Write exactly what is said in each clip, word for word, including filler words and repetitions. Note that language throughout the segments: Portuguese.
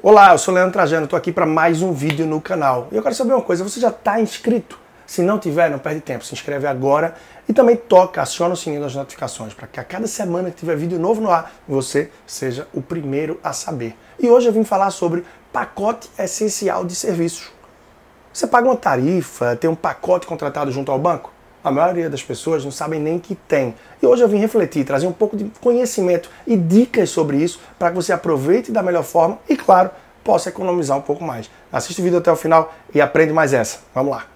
Olá, eu sou Leandro Trajano, estou aqui para mais um vídeo no canal. E eu quero saber uma coisa, você já está inscrito? Se não tiver, não perde tempo, se inscreve agora e também toca, aciona o sininho das notificações para que a cada semana que tiver vídeo novo no ar, você seja o primeiro a saber. E hoje eu vim falar sobre pacote essencial de serviços. Você paga uma tarifa, tem um pacote contratado junto ao banco? A maioria das pessoas não sabem nem que tem. E hoje eu vim refletir, trazer um pouco de conhecimento e dicas sobre isso para que você aproveite da melhor forma e, claro, possa economizar um pouco mais. Assiste o vídeo até o final e aprende mais essa. Vamos lá!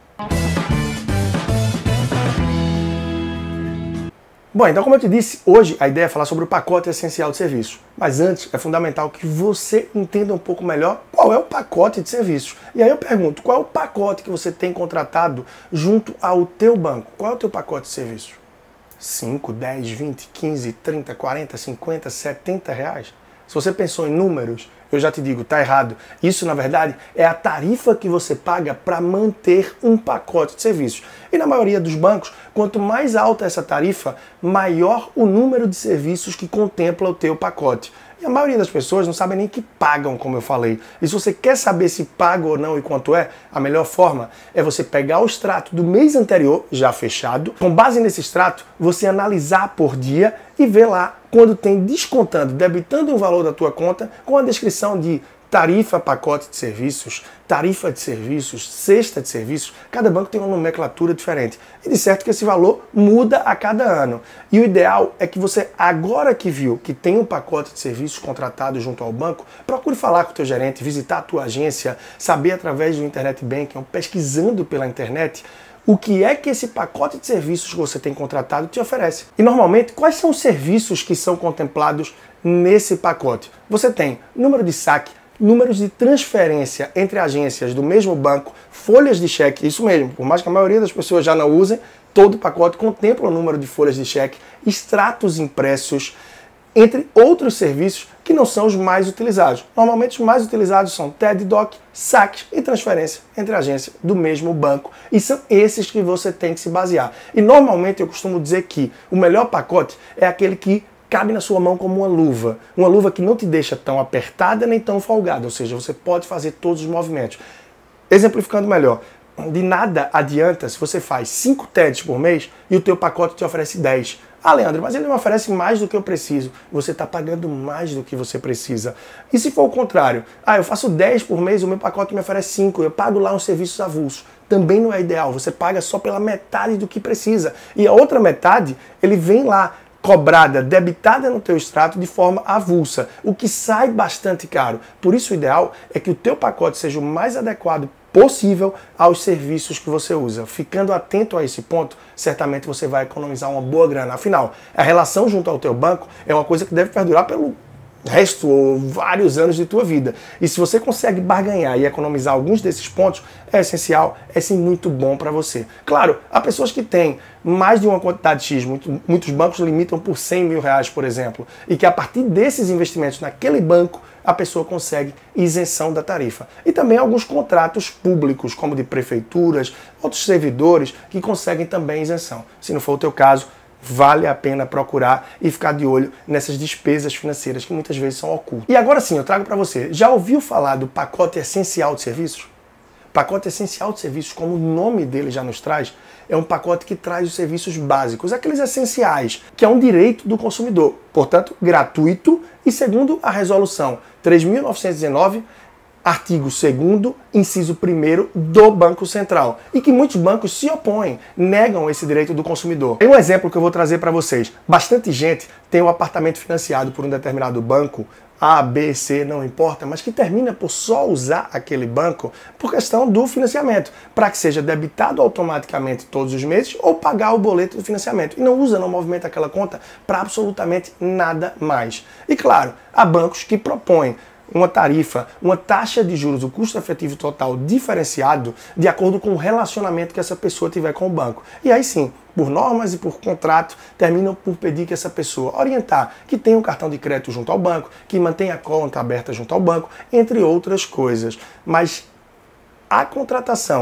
Bom, então como eu te disse, hoje a ideia é falar sobre o pacote essencial de serviços. Mas antes, é fundamental que você entenda um pouco melhor qual é o pacote de serviços. E aí eu pergunto, qual é o pacote que você tem contratado junto ao teu banco? Qual é o teu pacote de serviços? cinco, dez, vinte, quinze, trinta, quarenta, cinquenta, setenta reais? Se você pensou em números, eu já te digo, tá errado. Isso, na verdade, é a tarifa que você paga para manter um pacote de serviços. E na maioria dos bancos, quanto mais alta essa tarifa, maior o número de serviços que contempla o teu pacote. E a maioria das pessoas não sabe nem que pagam, como eu falei. E se você quer saber se paga ou não e quanto é, a melhor forma é você pegar o extrato do mês anterior, já fechado. Com base nesse extrato, você analisar por dia e ver lá quando tem descontando, debitando um valor da tua conta com a descrição de tarifa, pacote de serviços, tarifa de serviços, cesta de serviços. Cada banco tem uma nomenclatura diferente. E de certo que esse valor muda a cada ano. E o ideal é que você, agora que viu que tem um pacote de serviços contratado junto ao banco, procure falar com o teu gerente, visitar a tua agência, saber através do Internet Banking, pesquisando pela internet, o que é que esse pacote de serviços que você tem contratado te oferece. E normalmente, quais são os serviços que são contemplados nesse pacote? Você tem número de saque, números de transferência entre agências do mesmo banco, folhas de cheque, isso mesmo, por mais que a maioria das pessoas já não usem, todo o pacote contempla o número de folhas de cheque, extratos impressos, entre outros serviços que não são os mais utilizados. Normalmente os mais utilizados são T E D, D O C, saque e transferência entre agências do mesmo banco. E são esses que você tem que se basear. E normalmente eu costumo dizer que o melhor pacote é aquele que cabe na sua mão como uma luva. Uma luva que não te deixa tão apertada nem tão folgada, ou seja, você pode fazer todos os movimentos. Exemplificando melhor, de nada adianta se você faz cinco T E Ds por mês e o teu pacote te oferece dez. Ah, Leandro, mas ele me oferece mais do que eu preciso. Você está pagando mais do que você precisa. E se for o contrário? Ah, eu faço dez por mês, o meu pacote me oferece cinco. Eu pago lá uns serviços avulsos. Também não é ideal. Você paga só pela metade do que precisa. E a outra metade, ele vem lá cobrada, debitada no teu extrato de forma avulsa, o que sai bastante caro. Por isso o ideal é que o teu pacote seja o mais adequado possível aos serviços que você usa. Ficando atento a esse ponto, certamente você vai economizar uma boa grana. Afinal, a relação junto ao teu banco é uma coisa que deve perdurar pelo resto ou vários anos de tua vida. E se você consegue barganhar e economizar alguns desses pontos, é essencial, é sim muito bom para você. Claro, há pessoas que têm mais de uma quantidade X, muito, muitos bancos limitam por cem mil reais, por exemplo, e que a partir desses investimentos naquele banco, a pessoa consegue isenção da tarifa. E também alguns contratos públicos, como de prefeituras, outros servidores, que conseguem também isenção. Se não for o teu caso, vale a pena procurar e ficar de olho nessas despesas financeiras que muitas vezes são ocultas. E agora sim, eu trago para você, já ouviu falar do pacote essencial de serviços? Pacote essencial de serviços, como o nome dele já nos traz, é um pacote que traz os serviços básicos, aqueles essenciais, que é um direito do consumidor, portanto, gratuito e segundo a resolução três mil novecentos e dezenove, artigo segundo, inciso primeiro do Banco Central, e que muitos bancos se opõem, negam esse direito do consumidor. Tem um exemplo que eu vou trazer para vocês. Bastante gente tem um apartamento financiado por um determinado banco, A, B, C, não importa, mas que termina por só usar aquele banco por questão do financiamento, para que seja debitado automaticamente todos os meses ou pagar o boleto do financiamento. E não usa, não movimenta aquela conta para absolutamente nada mais. E claro, há bancos que propõem uma tarifa, uma taxa de juros, o custo efetivo total diferenciado de acordo com o relacionamento que essa pessoa tiver com o banco. E aí sim, por normas e por contrato, terminam por pedir que essa pessoa orientar que tenha um cartão de crédito junto ao banco, que mantenha a conta aberta junto ao banco, entre outras coisas. Mas a contratação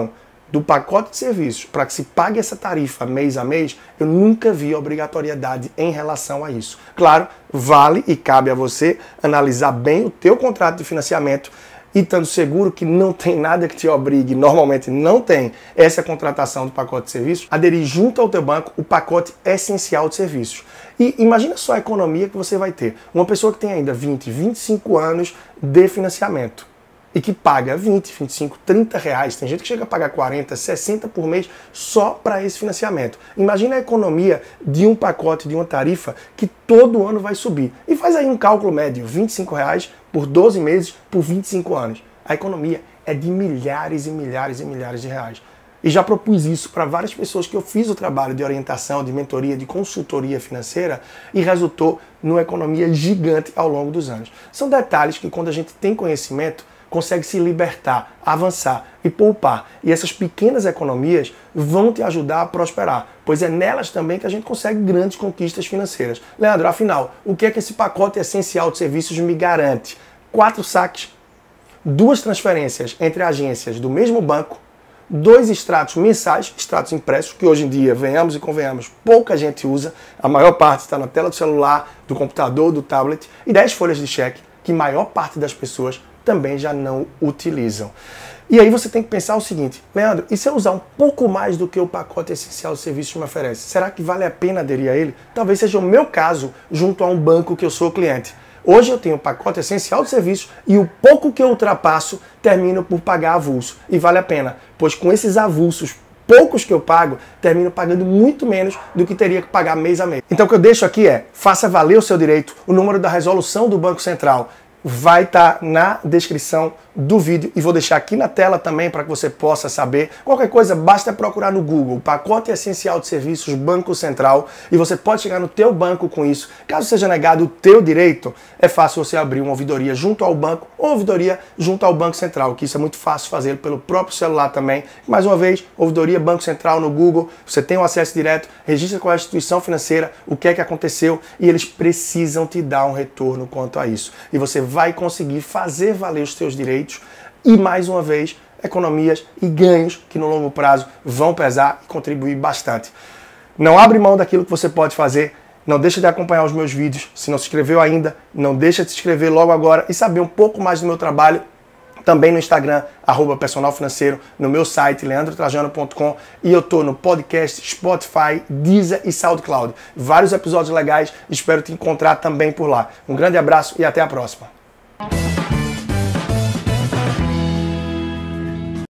do pacote de serviços para que se pague essa tarifa mês a mês, eu nunca vi obrigatoriedade em relação a isso. Claro, vale e cabe a você analisar bem o teu contrato de financiamento e estando seguro que não tem nada que te obrigue, normalmente não tem, essa contratação do pacote de serviços, aderir junto ao teu banco o pacote essencial de serviços. E imagina só a economia que você vai ter. Uma pessoa que tem ainda vinte, vinte e cinco anos de financiamento e que paga vinte, vinte e cinco, trinta reais, tem gente que chega a pagar quarenta, sessenta por mês só para esse financiamento. Imagina a economia de um pacote, de uma tarifa que todo ano vai subir. E faz aí um cálculo médio, vinte e cinco reais por doze meses por vinte e cinco anos. A economia é de milhares e milhares e milhares de reais. E já propus isso para várias pessoas que eu fiz o trabalho de orientação, de mentoria, de consultoria financeira e resultou numa economia gigante ao longo dos anos. São detalhes que quando a gente tem conhecimento, consegue se libertar, avançar e poupar. E essas pequenas economias vão te ajudar a prosperar, pois é nelas também que a gente consegue grandes conquistas financeiras. Leandro, afinal, o que é que esse pacote essencial de serviços me garante? Quatro saques, duas transferências entre agências do mesmo banco, dois extratos mensais, extratos impressos, que hoje em dia, venhamos e convenhamos, pouca gente usa, a maior parte está na tela do celular, do computador, do tablet, e dez folhas de cheque, que a maior parte das pessoas também já não utilizam. E aí você tem que pensar o seguinte, Leandro, e se eu usar um pouco mais do que o pacote essencial de serviços me oferece, será que vale a pena aderir a ele? Talvez seja o meu caso junto a um banco que eu sou cliente. Hoje eu tenho o pacote essencial de serviços e o pouco que eu ultrapasso termino por pagar avulso. E vale a pena, pois com esses avulsos poucos que eu pago, termino pagando muito menos do que teria que pagar mês a mês. Então o que eu deixo aqui é, faça valer o seu direito, o número da resolução do Banco Central vai estar na descrição do vídeo e vou deixar aqui na tela também para que você possa saber. Qualquer coisa, basta procurar no Google, pacote essencial de serviços Banco Central, e você pode chegar no teu banco com isso. Caso seja negado o teu direito, é fácil você abrir uma ouvidoria junto ao banco ou ouvidoria junto ao Banco Central, que isso é muito fácil fazer pelo próprio celular também. Mais uma vez, ouvidoria Banco Central no Google, você tem o acesso direto, registra com a instituição financeira o que é que aconteceu e eles precisam te dar um retorno quanto a isso. E você vai conseguir fazer valer os teus direitos e, mais uma vez, economias e ganhos que no longo prazo vão pesar e contribuir bastante. Não abre mão daquilo que você pode fazer, não deixa de acompanhar os meus vídeos, se não se inscreveu ainda, não deixa de se inscrever logo agora e saber um pouco mais do meu trabalho, também no Instagram, arroba personal financeiro, no meu site, leandro trajano ponto com, e eu tô no podcast, Spotify, Deezer e SoundCloud. Vários episódios legais, espero te encontrar também por lá. Um grande abraço e até a próxima.